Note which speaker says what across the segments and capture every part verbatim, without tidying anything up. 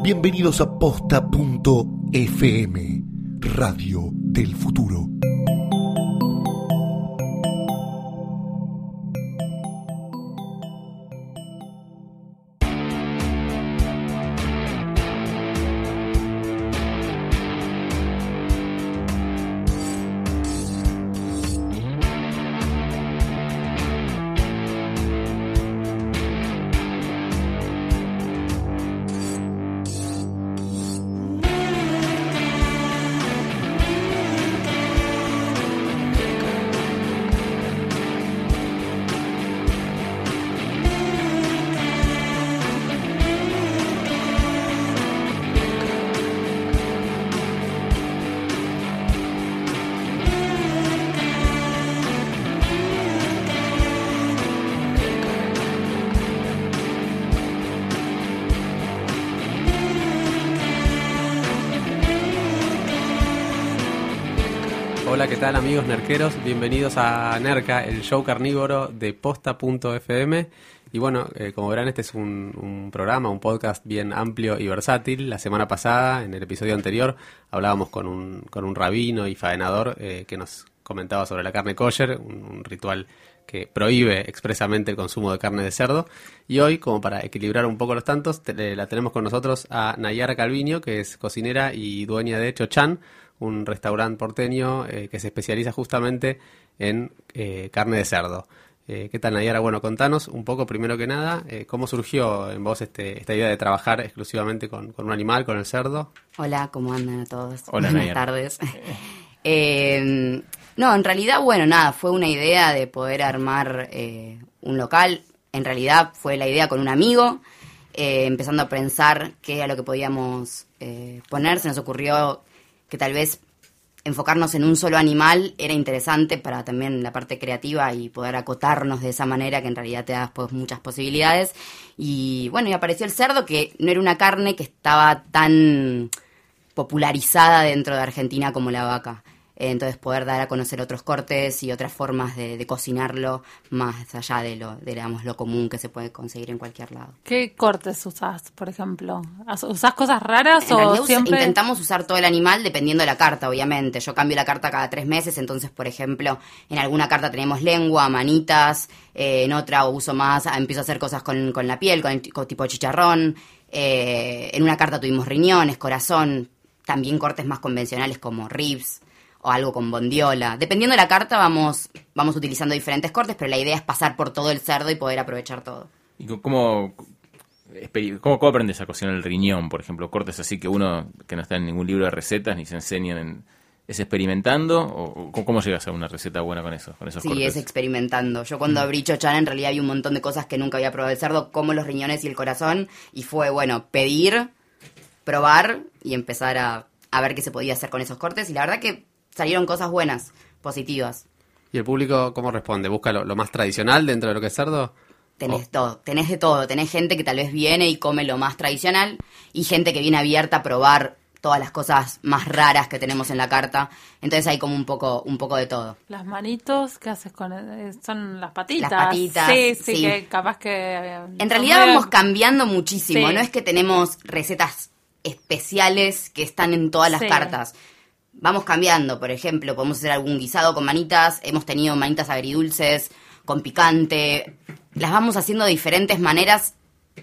Speaker 1: Bienvenidos a posta punto efe eme, Radio del Futuro.
Speaker 2: Hola, ¿qué tal amigos nerqueros? Bienvenidos a Nerca, el show carnívoro de posta punto efe eme. Y bueno, eh, como verán, este es un, un programa, un podcast bien amplio y versátil. La semana pasada, en el episodio anterior, hablábamos con un, con un rabino y faenador eh, que nos comentaba sobre la carne kosher, un, un ritual que prohíbe expresamente el consumo de carne de cerdo. Y hoy, como para equilibrar un poco los tantos, te, la tenemos con nosotros a Nayara Calviño, que es cocinera y dueña de Chochán, un restaurante porteño eh, que se especializa justamente en eh, carne de cerdo. Eh, ¿Qué tal, Nayara? Bueno, contanos un poco, primero que nada, eh, cómo surgió en vos este, esta idea de trabajar exclusivamente con, con un animal, con el cerdo.
Speaker 3: Hola, ¿cómo andan a todos?
Speaker 2: Hola,
Speaker 3: Buenas
Speaker 2: Nayara.
Speaker 3: tardes. eh, no, en realidad, bueno, nada, fue una idea de poder armar eh, un local. En realidad fue la idea con un amigo, eh, empezando a pensar qué era lo que podíamos eh, poner. Se nos ocurrió que tal vez enfocarnos en un solo animal era interesante para también la parte creativa y poder acotarnos de esa manera, que en realidad te da pues, muchas posibilidades. Y bueno, y apareció el cerdo, que no era una carne que estaba tan popularizada dentro de Argentina como la vaca. Entonces poder dar a conocer otros cortes y otras formas de, de cocinarlo más allá de lo, de, digamos, lo común que se puede conseguir en cualquier lado.
Speaker 4: ¿Qué cortes usás, por ejemplo? ¿Usás cosas raras
Speaker 3: en
Speaker 4: o siempre...?
Speaker 3: Intentamos usar todo el animal dependiendo de la carta, obviamente. Yo cambio la carta cada tres meses, entonces, por ejemplo, en alguna carta tenemos lengua, manitas, eh, en otra uso más, empiezo a hacer cosas con, con la piel, con, el, con tipo chicharrón. Eh, en una carta tuvimos riñones, corazón, también cortes más convencionales como ribs o algo con bondiola. Dependiendo de la carta vamos vamos utilizando diferentes cortes, pero la idea es pasar por todo el cerdo y poder aprovechar todo.
Speaker 5: ¿Y cómo, cómo, cómo aprendes a cocinar el riñón, por ejemplo? Cortes así que uno que no está en ningún libro de recetas ni se enseñan en... ¿Es experimentando o cómo llegas a una receta buena con eso, con esos
Speaker 3: sí,
Speaker 5: cortes?
Speaker 3: Sí, es experimentando. Yo cuando abrí Chochán en realidad vi un montón de cosas que nunca había probado del cerdo, como los riñones y el corazón, y fue, bueno, pedir, probar y empezar a, a ver qué se podía hacer con esos cortes, y la verdad que salieron cosas buenas, positivas.
Speaker 2: ¿Y el público cómo responde? ¿Busca lo, lo más tradicional dentro de lo que es cerdo?
Speaker 3: Tenés
Speaker 2: Oh.
Speaker 3: todo, tenés de todo. Tenés gente que tal vez viene y come lo más tradicional y gente que viene abierta a probar todas las cosas más raras que tenemos en la carta. Entonces hay como un poco un poco de todo.
Speaker 4: Las manitos, ¿qué haces con él? Son las patitas.
Speaker 3: Las patitas,
Speaker 4: Sí, sí,
Speaker 3: sí.
Speaker 4: que capaz que...
Speaker 3: En realidad
Speaker 4: medio...
Speaker 3: vamos cambiando muchísimo.
Speaker 4: Sí.
Speaker 3: No es que tenemos recetas especiales que están en todas las
Speaker 4: Sí.
Speaker 3: cartas. Vamos cambiando, por ejemplo, podemos hacer algún guisado con manitas, hemos tenido manitas agridulces, con picante, las vamos haciendo de diferentes maneras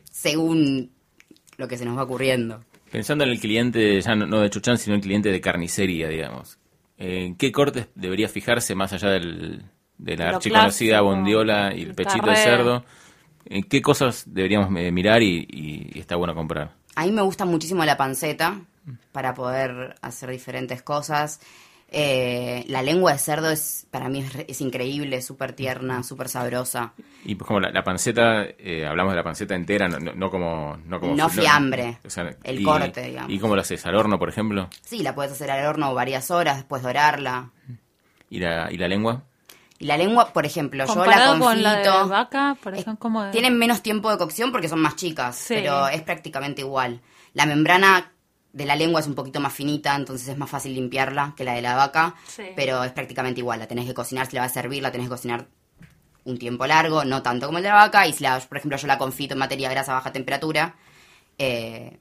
Speaker 3: según lo que se nos va ocurriendo.
Speaker 5: Pensando en el cliente, ya no, no de Chochán, sino el cliente de carnicería, digamos, ¿en qué cortes debería fijarse más allá del, de la
Speaker 4: Lo
Speaker 5: archiconocida
Speaker 4: clásico,
Speaker 5: bondiola y el
Speaker 4: el
Speaker 5: pechito
Speaker 4: carré.
Speaker 5: de cerdo? ¿En qué cosas deberíamos eh, mirar y, y, y está bueno comprar?
Speaker 3: A mí me gusta muchísimo la panceta para poder hacer diferentes cosas. Eh, la lengua de cerdo es para mí es, es increíble, súper tierna, súper sabrosa.
Speaker 5: Y pues como la, la panceta, eh, hablamos de la panceta entera, no, no, no como... No, como
Speaker 3: No fiambre,
Speaker 5: o sea,
Speaker 3: el
Speaker 5: y,
Speaker 3: corte, digamos.
Speaker 5: ¿Y cómo lo haces? ¿Al horno, por ejemplo?
Speaker 3: Sí, la puedes hacer al horno varias horas, después dorarla.
Speaker 5: ¿Y la, y la lengua?
Speaker 3: Y la lengua, por ejemplo, yo la
Speaker 4: Comparado
Speaker 3: confito.
Speaker 4: con la de vaca, por ejemplo, ¿cómo es?
Speaker 3: Tienen menos tiempo de cocción porque son más chicas,
Speaker 4: Sí.
Speaker 3: pero es prácticamente igual. La membrana de la lengua es un poquito más finita, entonces es más fácil limpiarla que la de la vaca,
Speaker 4: Sí.
Speaker 3: pero es prácticamente igual. La tenés que cocinar, si la vas a servir, la tenés que cocinar un tiempo largo, no tanto como el de la vaca, y si la, por ejemplo, yo la confito en materia de grasa a baja temperatura, eh,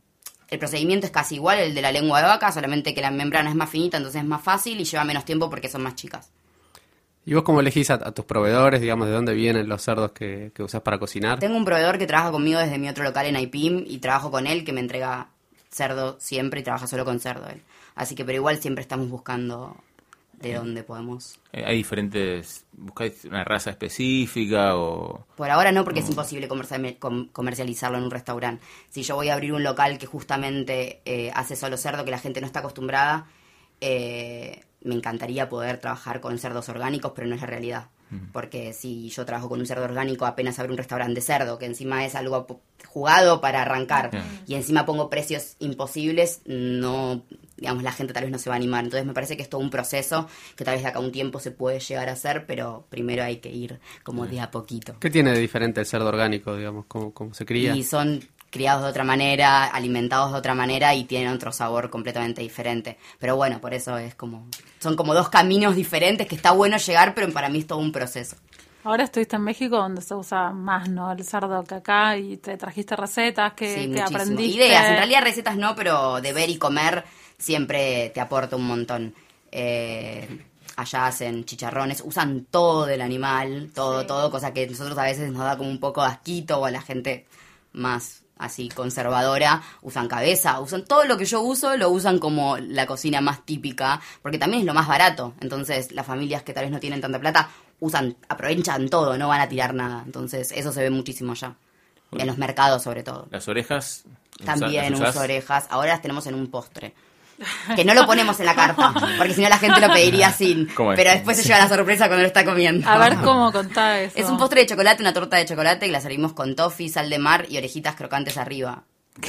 Speaker 3: el procedimiento es casi igual el de la lengua de vaca, solamente que la membrana es más finita, entonces es más fácil y lleva menos tiempo porque son más chicas.
Speaker 2: ¿Y vos cómo elegís a, a tus proveedores, digamos, de dónde vienen los cerdos que, que usás para cocinar?
Speaker 3: Tengo un proveedor que trabaja conmigo desde mi otro local en I P I M y trabajo con él, que me entrega cerdo siempre y trabaja solo con cerdo él. Así que, pero igual siempre estamos buscando de dónde podemos.
Speaker 5: Eh, ¿Hay diferentes... buscáis una raza específica o...?
Speaker 3: Por ahora no, porque es imposible comercial- com- comercializarlo en un restaurante. Si yo voy a abrir un local que justamente eh, hace solo cerdo, que la gente no está acostumbrada, eh, me encantaría poder trabajar con cerdos orgánicos, pero no es la realidad. Mm. Porque si yo trabajo con un cerdo orgánico, apenas abro un restaurante de cerdo, que encima es algo po- jugado para arrancar, yeah. y encima pongo precios imposibles, no... digamos, la gente tal vez no se va a animar. Entonces me parece que es todo un proceso que tal vez de acá a un tiempo se puede llegar a hacer, pero primero hay que ir como de a poquito.
Speaker 2: ¿Qué tiene de diferente el cerdo orgánico, digamos? ¿Cómo, cómo se cría?
Speaker 3: Y son criados de otra manera, alimentados de otra manera y tienen otro sabor completamente diferente. Pero bueno, por eso es como... son como dos caminos diferentes que está bueno llegar, pero para mí es todo un proceso.
Speaker 4: Ahora estuviste en México donde se usa más, ¿no? El cerdo que acá, y te trajiste recetas que,
Speaker 3: sí,
Speaker 4: que aprendiste.
Speaker 3: Ideas, en realidad recetas no, pero de ver y comer siempre te aporta un montón. Eh, allá hacen chicharrones, usan todo del animal, todo, sí. todo, cosa que nosotros a veces nos da como un poco de asquito, o a la gente más así conservadora, usan cabeza, usan todo lo que yo uso, lo usan como la cocina más típica, porque también es lo más barato. Entonces las familias que tal vez no tienen tanta plata usan, aprovechan todo, no van a tirar nada. Entonces eso se ve muchísimo allá, en los mercados sobre todo.
Speaker 5: ¿Las orejas?
Speaker 3: También uso orejas, ahora las tenemos en un postre. Que no lo ponemos en la carta, porque si no la gente lo pediría sin. Pero después se lleva la sorpresa cuando lo está comiendo.
Speaker 4: A ver cómo contá eso.
Speaker 3: Es un postre de chocolate, una torta de chocolate, y la servimos con toffee, sal de mar y orejitas crocantes arriba.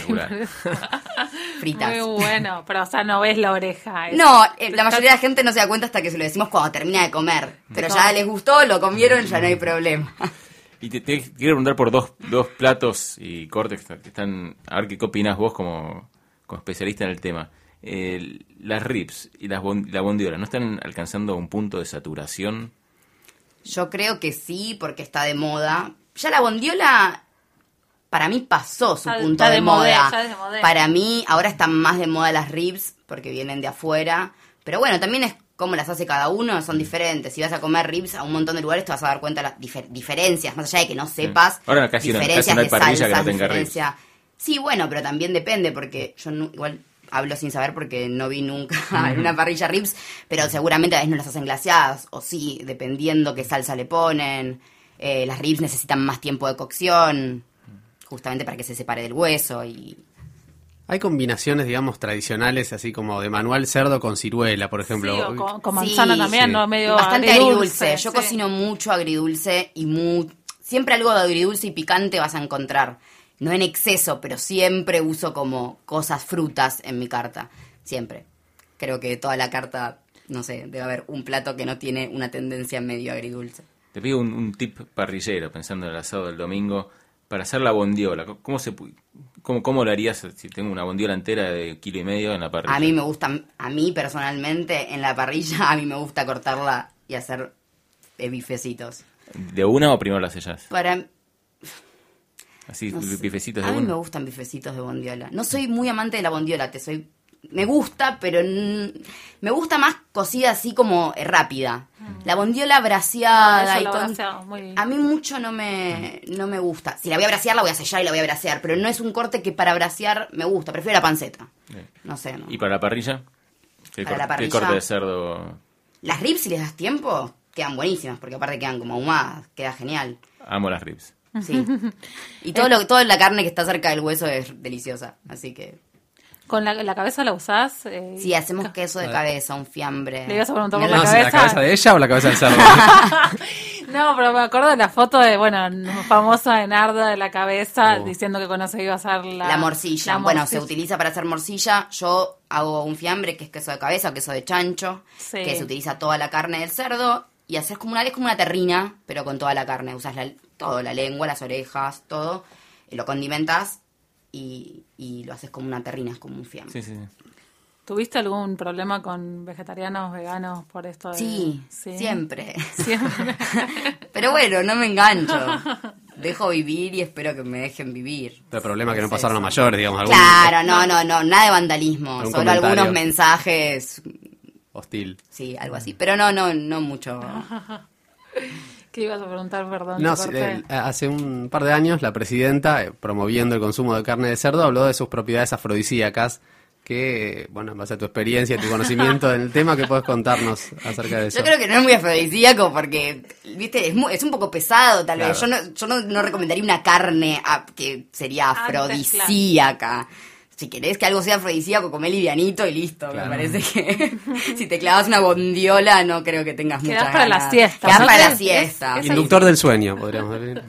Speaker 3: Fritas.
Speaker 4: Muy bueno, pero o sea, no ves la oreja.
Speaker 3: No, eh, la mayoría de la gente no se da cuenta hasta que se lo decimos cuando termina de comer. Pero ya les gustó, lo comieron, ya no hay problema.
Speaker 5: Y te, te quiero preguntar por dos, dos platos y cortes que están... A ver qué opinás vos como, como especialista en el tema. Eh, las ribs y las bon, la bondiola, ¿no están alcanzando un punto de saturación?
Speaker 3: Yo creo que sí, porque está de moda. Ya la bondiola, para mí pasó su
Speaker 4: está,
Speaker 3: punto
Speaker 4: está
Speaker 3: de,
Speaker 4: de
Speaker 3: moda.
Speaker 4: Modé, de modé.
Speaker 3: Para mí, ahora están más de moda las ribs, porque vienen de afuera. Pero bueno, también es cómo las hace cada uno, son diferentes. Si vas a comer ribs a un montón de lugares, te vas a dar cuenta de las difer- diferencias, más allá de que no sepas.
Speaker 5: Ahora casi
Speaker 3: diferencias
Speaker 5: no, casi no hay parrilla
Speaker 3: de salsas,
Speaker 5: que no tenga
Speaker 3: diferencia... ribs. Sí, bueno, pero también depende, porque yo no, igual... hablo sin saber porque no vi nunca en una parrilla ribs, pero seguramente a veces no las hacen glaseadas, o sí, dependiendo qué salsa le ponen. Eh, las ribs necesitan más tiempo de cocción, justamente para que se separe del hueso. Y
Speaker 2: hay combinaciones, digamos, tradicionales, así como de manual cerdo con ciruela, por ejemplo.
Speaker 4: Sí, o con, con manzana sí, también, sí. ¿no? Medio
Speaker 3: bastante agridulce. agridulce. Yo
Speaker 4: sí.
Speaker 3: cocino mucho agridulce y muy... siempre algo de agridulce y picante vas a encontrar. No en exceso, pero siempre uso como cosas, frutas en mi carta. Siempre. Creo que toda la carta, no sé, debe haber un plato que no tiene una tendencia medio agridulce.
Speaker 5: Te pido un, un tip parrillero, pensando en el asado del domingo, para hacer la bondiola. ¿Cómo se cómo, cómo lo harías si tengo una bondiola entera de kilo y medio en la parrilla?
Speaker 3: A mí me gusta, a mí personalmente, en la parrilla, a mí me gusta cortarla y hacer eh, bifecitos.
Speaker 5: ¿De una o primero la sellas?
Speaker 3: Para...
Speaker 5: Así,
Speaker 3: no sé.
Speaker 5: bifecitos de
Speaker 3: A mí
Speaker 5: uno.
Speaker 3: me gustan bifecitos de bondiola. No soy muy amante de la bondiola, te soy... Me gusta, pero n- me gusta más cocida así como eh, rápida. Mm. La bondiola braseada
Speaker 4: Ah,
Speaker 3: y
Speaker 4: lo
Speaker 3: con...
Speaker 4: braseado, muy...
Speaker 3: A mí mucho no me, no me gusta. Si la voy a brasear, la voy a sellar y la voy a brasear. Pero no es un corte que para brasear me gusta. Prefiero la panceta.
Speaker 5: Bien.
Speaker 3: No sé, ¿no?
Speaker 5: ¿Y para la parrilla? ¿Qué,
Speaker 3: Para
Speaker 5: cor-
Speaker 3: la parrilla,
Speaker 5: ¿Qué corte de cerdo?
Speaker 3: Las ribs, si les das tiempo, quedan buenísimas. Porque aparte quedan como ahumadas. Queda genial.
Speaker 5: Amo las ribs.
Speaker 3: Sí. Y todo lo, toda la carne que está cerca del hueso es deliciosa. Así que...
Speaker 4: ¿Con la, la cabeza la usás? Eh,
Speaker 3: Sí, hacemos queso de cabeza, un fiambre.
Speaker 4: Le ibas a preguntar por
Speaker 2: No,
Speaker 4: la
Speaker 2: sí,
Speaker 4: cabeza.
Speaker 2: ¿la cabeza de ella o la cabeza del cerdo?
Speaker 4: No, pero me acuerdo de la foto de, bueno, famosa de Narda de la cabeza,
Speaker 2: Oh.
Speaker 4: diciendo que cuando se iba a hacer la...
Speaker 3: La morcilla.
Speaker 4: la
Speaker 3: Bueno,
Speaker 4: morcilla.
Speaker 3: se utiliza para hacer morcilla. Yo hago un fiambre, que es queso de cabeza o queso de chancho,
Speaker 4: Sí.
Speaker 3: que se utiliza toda la carne del cerdo. Y haces como una, es como una terrina, pero con toda la carne. Usas la, todo, la lengua, las orejas, todo. Y lo condimentas y, y lo haces como una terrina, es como un fiambre.
Speaker 5: Sí, sí, sí.
Speaker 4: ¿Tuviste algún problema con vegetarianos, veganos por esto? De...
Speaker 3: Sí,
Speaker 4: sí,
Speaker 3: siempre.
Speaker 4: Siempre.
Speaker 3: Pero bueno, no me engancho. dejo vivir y espero que me dejen vivir.
Speaker 2: El problema es que no
Speaker 3: Es
Speaker 2: pasaron
Speaker 3: eso.
Speaker 2: a mayores, digamos. Algún
Speaker 3: Claro, no, no, no, nada de vandalismo,
Speaker 2: Algún
Speaker 3: solo
Speaker 2: comentario.
Speaker 3: algunos mensajes,
Speaker 2: hostil.
Speaker 3: sí, algo así, pero no, no, no mucho.
Speaker 4: ¿Qué ibas a preguntar? Perdón.
Speaker 2: No,
Speaker 4: te
Speaker 2: sí,
Speaker 4: corté.
Speaker 2: eh, hace un par de años la presidenta, eh, promoviendo el consumo de carne de cerdo, habló de sus propiedades afrodisíacas, que, eh, bueno, en base a tu experiencia y tu conocimiento en el tema, ¿qué puedes contarnos acerca de eso?
Speaker 3: Yo creo que no es muy afrodisíaco porque, viste, es, muy- es un poco pesado tal vez.
Speaker 2: Claro.
Speaker 3: Yo, no, yo no, no recomendaría una carne a- que sería
Speaker 4: Antes,
Speaker 3: afrodisíaca. Si querés que algo sea afrodisíaco, comé livianito y listo.
Speaker 2: Claro.
Speaker 3: Me parece que si te clavas una bondiola no creo que tengas
Speaker 4: Quedás
Speaker 3: muchas
Speaker 4: para la
Speaker 3: ganas.
Speaker 4: siesta.
Speaker 3: Quedás
Speaker 4: ¿No
Speaker 3: para
Speaker 4: te-
Speaker 3: la siesta.
Speaker 4: es-
Speaker 2: Inductor del sueño, podríamos decir.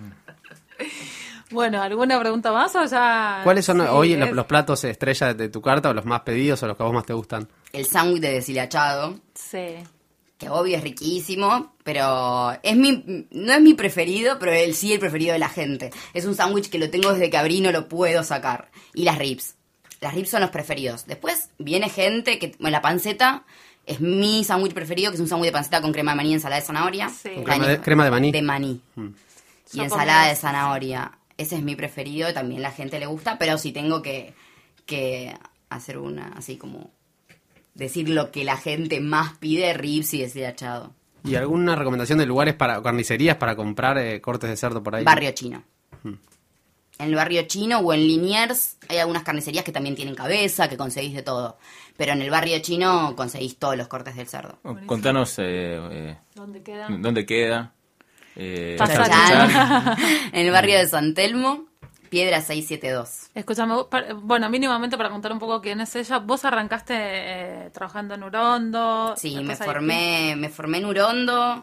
Speaker 4: Bueno, ¿alguna pregunta más o ya...?
Speaker 2: ¿Cuáles son
Speaker 4: Sí,
Speaker 2: hoy
Speaker 4: es-
Speaker 2: los, los platos estrella de tu carta o los más pedidos o los que a vos más te gustan?
Speaker 3: El sándwich de deshilachado,
Speaker 4: Sí.
Speaker 3: que obvio es riquísimo, pero es mi no es mi preferido, pero el sí el preferido de la gente. Es un sándwich que lo tengo desde que abrí y no lo puedo sacar. Y las ribs. Las ribs son los preferidos. Después viene gente que... Bueno, la panceta es mi sándwich preferido, que es un sándwich de panceta con crema de maní y ensalada de zanahoria.
Speaker 4: Sí.
Speaker 2: Con crema de- crema de maní.
Speaker 3: De maní.
Speaker 2: Mm.
Speaker 3: Y
Speaker 4: Yo
Speaker 3: ensalada
Speaker 4: comí
Speaker 3: de
Speaker 4: eso,
Speaker 3: zanahoria. Ese es mi preferido, también la gente le gusta, pero si tengo que, que hacer una, así como... decir lo que la gente más pide, ribs y deshilachado.
Speaker 2: ¿Y alguna recomendación de lugares para carnicerías para comprar eh, cortes de cerdo por ahí?
Speaker 3: Barrio chino.
Speaker 2: Mm.
Speaker 3: En el barrio chino o en Liniers hay algunas carnicerías que también tienen cabeza, que conseguís de todo. Pero en el barrio chino conseguís todos los cortes del cerdo.
Speaker 5: Contanos eh, eh,
Speaker 4: ¿Dónde queda?
Speaker 5: dónde queda. Eh,
Speaker 4: Chachán.
Speaker 5: Chachán.
Speaker 3: En el barrio de San Telmo, Piedra seiscientos setenta y dos.
Speaker 4: Escúchame, vos, para- bueno, mínimamente para contar un poco quién es ella, vos arrancaste eh, trabajando en Urondo.
Speaker 3: Sí, me
Speaker 4: después ahí-
Speaker 3: formé, me formé en Urondo.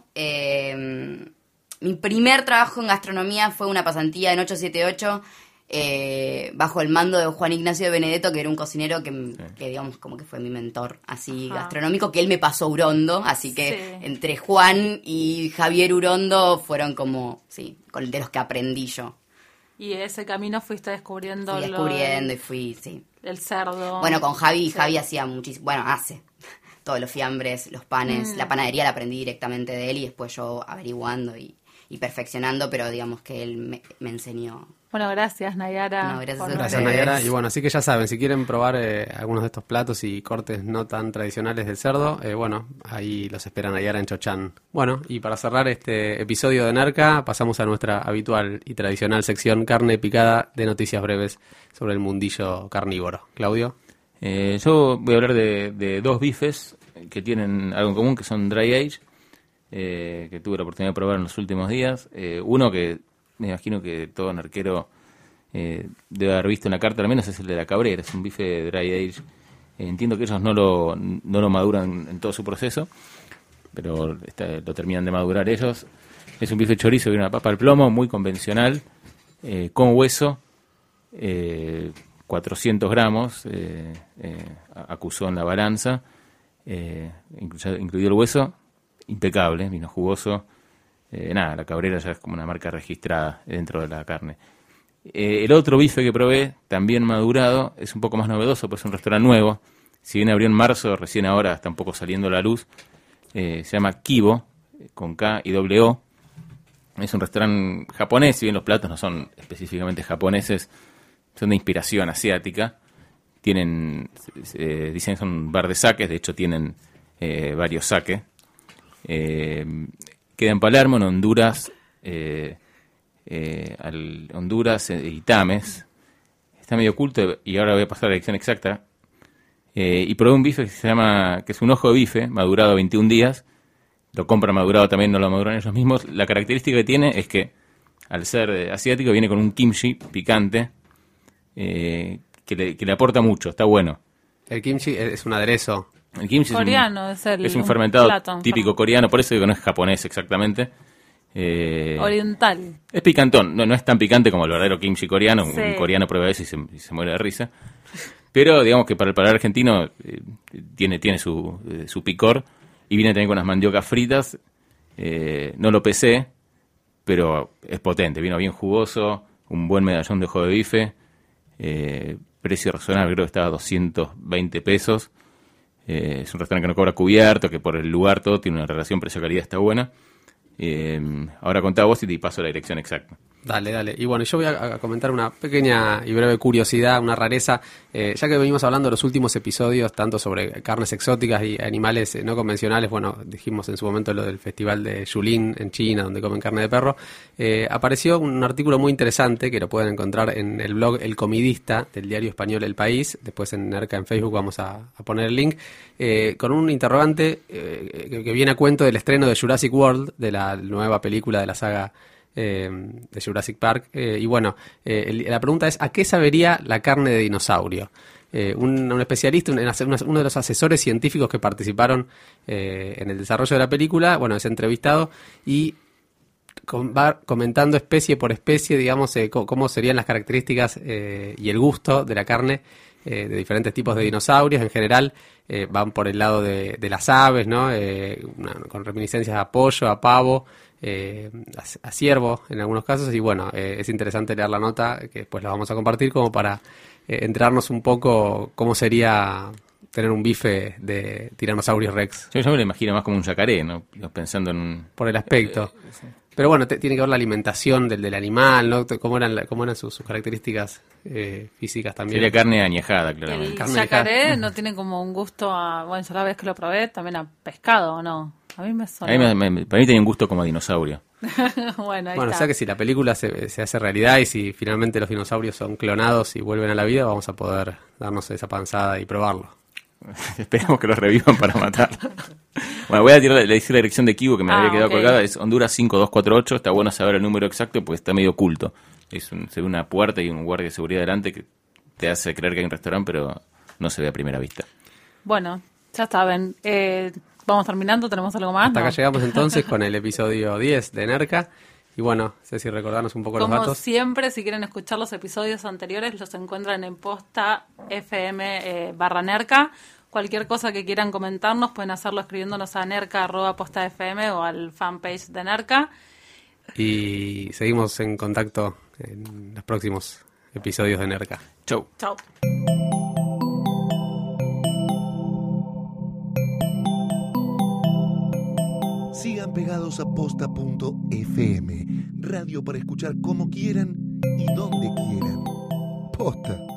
Speaker 3: eh, mi primer trabajo en gastronomía fue una pasantía en ochocientos setenta y ocho, eh, bajo el mando de Juan Ignacio de Benedetto, que era un cocinero que, que digamos, como que fue mi mentor así
Speaker 4: Ajá.
Speaker 3: gastronómico, que él me pasó Urondo, así que
Speaker 4: Sí.
Speaker 3: entre Juan y Javier Urondo fueron como, sí, con- de los que aprendí yo.
Speaker 4: Y ese camino fuiste descubriendo,
Speaker 3: Fui
Speaker 4: lo
Speaker 3: descubriendo y
Speaker 4: del-
Speaker 3: fui, sí.
Speaker 4: el cerdo.
Speaker 3: Bueno, con Javi,
Speaker 4: Sí.
Speaker 3: Javi hacía muchísimo, bueno, hace todos los fiambres, los panes,
Speaker 4: Mm.
Speaker 3: la panadería la aprendí directamente de él y después yo averiguando y, y perfeccionando, pero digamos que él me, me enseñó.
Speaker 4: Bueno, gracias, Nayara.
Speaker 3: No, gracias
Speaker 4: por
Speaker 3: a
Speaker 2: Gracias,
Speaker 3: ustedes.
Speaker 2: Nayara. Y bueno, así que ya saben, si quieren probar eh, algunos de estos platos y cortes no tan tradicionales del cerdo, eh, bueno, ahí los espera Nayara en Chochán. Bueno, y para cerrar este episodio de Narca, pasamos a nuestra habitual y tradicional sección carne picada de noticias breves sobre el mundillo carnívoro. Claudio.
Speaker 5: Eh, yo voy a hablar de, de dos bifes que tienen algo en común, que son dry age, eh, que tuve la oportunidad de probar en los últimos días. Eh, uno que me imagino que todo narquero eh, debe haber visto en la carta, al menos es el de la Cabrera, es un bife de dry age. Eh, entiendo que ellos no lo, no lo maduran en todo su proceso, pero está- lo terminan de madurar ellos. Es un bife chorizo y una papa al plomo, muy convencional, eh, con hueso, eh, cuatrocientos gramos, eh, eh, acusó en la balanza, eh, incluso- incluido el hueso, impecable, vino jugoso. Eh, nada, la Cabrera ya es como una marca registrada dentro de la carne. Eh, el otro bife que probé, también madurado, es un poco más novedoso, pues es un restaurante nuevo. Si bien abrió en marzo, recién ahora está un poco saliendo a la luz. Eh, se llama Kibo, con K y doble O. Es un restaurante japonés, si bien los platos no son específicamente japoneses, son de inspiración asiática. Tienen, eh, dicen que son un bar de saques, de hecho tienen eh, varios saques. Eh, queda en Palermo, en Honduras, eh, eh, al Honduras eh, y Tames. Está medio oculto y ahora voy a pasar a la dirección exacta. Eh, y probé un bife que se llama, que es un ojo de bife, madurado veintiún días. Lo compran madurado también, no lo maduran ellos mismos. La característica que tiene es que, al ser eh, asiático, viene con un kimchi picante, eh, que, le, que le aporta mucho, está bueno.
Speaker 2: El kimchi es un aderezo.
Speaker 5: El kimchi
Speaker 4: Coreano,
Speaker 5: es
Speaker 4: es
Speaker 5: un,
Speaker 4: el-
Speaker 5: es un
Speaker 4: un
Speaker 5: fermentado
Speaker 4: plato, un
Speaker 5: típico
Speaker 4: ferment-
Speaker 5: coreano, por eso digo que no es japonés exactamente. Eh,
Speaker 4: Oriental.
Speaker 5: es picantón, no, no es tan picante como el verdadero kimchi coreano. Un-
Speaker 4: Sí.
Speaker 5: Un coreano prueba eso y se, y se muere de risa. Pero digamos que para el paladar argentino eh, tiene, tiene su, eh, su picor. Y viene también con unas mandiocas fritas. Eh, no lo pesé, pero es potente. Vino bien jugoso, un buen medallón de ojo de bife. Eh, precio razonable, creo que estaba a doscientos veinte pesos. Eh, es un restaurante que no cobra cubierto, que por el lugar todo tiene una relación precio-calidad, está buena. Eh, ahora contá vos y te paso la dirección exacta.
Speaker 2: Dale, dale. Y bueno, yo voy a, a comentar una pequeña y breve curiosidad, una rareza. Eh, ya que venimos hablando en los últimos episodios, tanto sobre carnes exóticas y animales eh, no convencionales, bueno, dijimos en su momento lo del festival de Yulin en China, donde comen carne de perro, eh, apareció un artículo muy interesante que lo pueden encontrar en el blog El Comidista del diario español El País. Después en Nerca en Facebook vamos a, a poner el link, eh, con un interrogante eh, que, que viene a cuento del estreno de Jurassic World, de la nueva película de la saga Eh, de Jurassic Park, eh, y bueno, eh, el, la pregunta es: ¿a qué sabería la carne de dinosaurio? Eh, un, un especialista, un, uno de los asesores científicos que participaron eh, en el desarrollo de la película, bueno, es entrevistado y com, va comentando especie por especie, digamos, eh, cómo, cómo serían las características eh, y el gusto de la carne eh, de diferentes tipos de dinosaurios. En general eh, van por el lado de, de las aves, ¿no? Eh, una, con reminiscencias a pollo, a pavo, Eh, a, a ciervo en algunos casos, y bueno, eh, es interesante leer la nota que después la vamos a compartir como para eh, enterarnos un poco cómo sería tener un bife de Tyrannosaurus Rex.
Speaker 5: Yo, yo me lo imagino más como un yacaré, ¿no? Pensando en un...
Speaker 2: Por el aspecto.
Speaker 5: Eh, sí.
Speaker 2: Pero bueno, te, tiene que ver la alimentación del, del animal, ¿no? Cómo eran, cómo eran sus, sus características eh, físicas también.
Speaker 5: Sería carne añejada, claramente.
Speaker 4: El
Speaker 2: Carne
Speaker 4: yacaré
Speaker 2: añejada.
Speaker 4: no tiene como un gusto a... Bueno, yo la vez que lo probé, también a pescado, ¿o no? A mí me suena.
Speaker 5: A mí me, me, para mí tenía un gusto como a dinosaurio.
Speaker 4: Bueno, ahí
Speaker 2: Bueno,
Speaker 4: está.
Speaker 2: o sea que si la película se, se hace realidad y si finalmente los dinosaurios son clonados y vuelven a la vida, vamos a poder darnos esa panzada y probarlo.
Speaker 5: Esperemos que los revivan para matarlo. Bueno, voy a tirar, le decir la dirección de Kibo que me
Speaker 4: Ah,
Speaker 5: había quedado
Speaker 4: ok.
Speaker 5: colgada. Es Honduras cinco dos cuatro ocho. Está bueno saber el número exacto porque está medio oculto. Es un, se ve una puerta y un guardia de seguridad delante que te hace creer que hay un restaurante, pero no se ve a primera vista.
Speaker 4: Bueno, ya saben. Eh, vamos terminando, ¿tenemos algo más?
Speaker 2: Hasta
Speaker 4: ¿No?
Speaker 2: acá llegamos entonces con el episodio diez de Nerca. Y bueno, Ceci, recordarnos un poco
Speaker 4: Como
Speaker 2: los datos.
Speaker 4: siempre, si quieren escuchar los episodios anteriores, los encuentran en posta fm eh, barra nerca. Cualquier cosa que quieran comentarnos pueden hacerlo escribiéndonos a nerca arroba posta fm o al fanpage de Nerca.
Speaker 2: Y seguimos en contacto en los próximos episodios de Nerca.
Speaker 5: Chau.
Speaker 4: Chao.
Speaker 1: Sigan pegados a posta punto f m, radio para escuchar como quieran y donde quieran. Posta.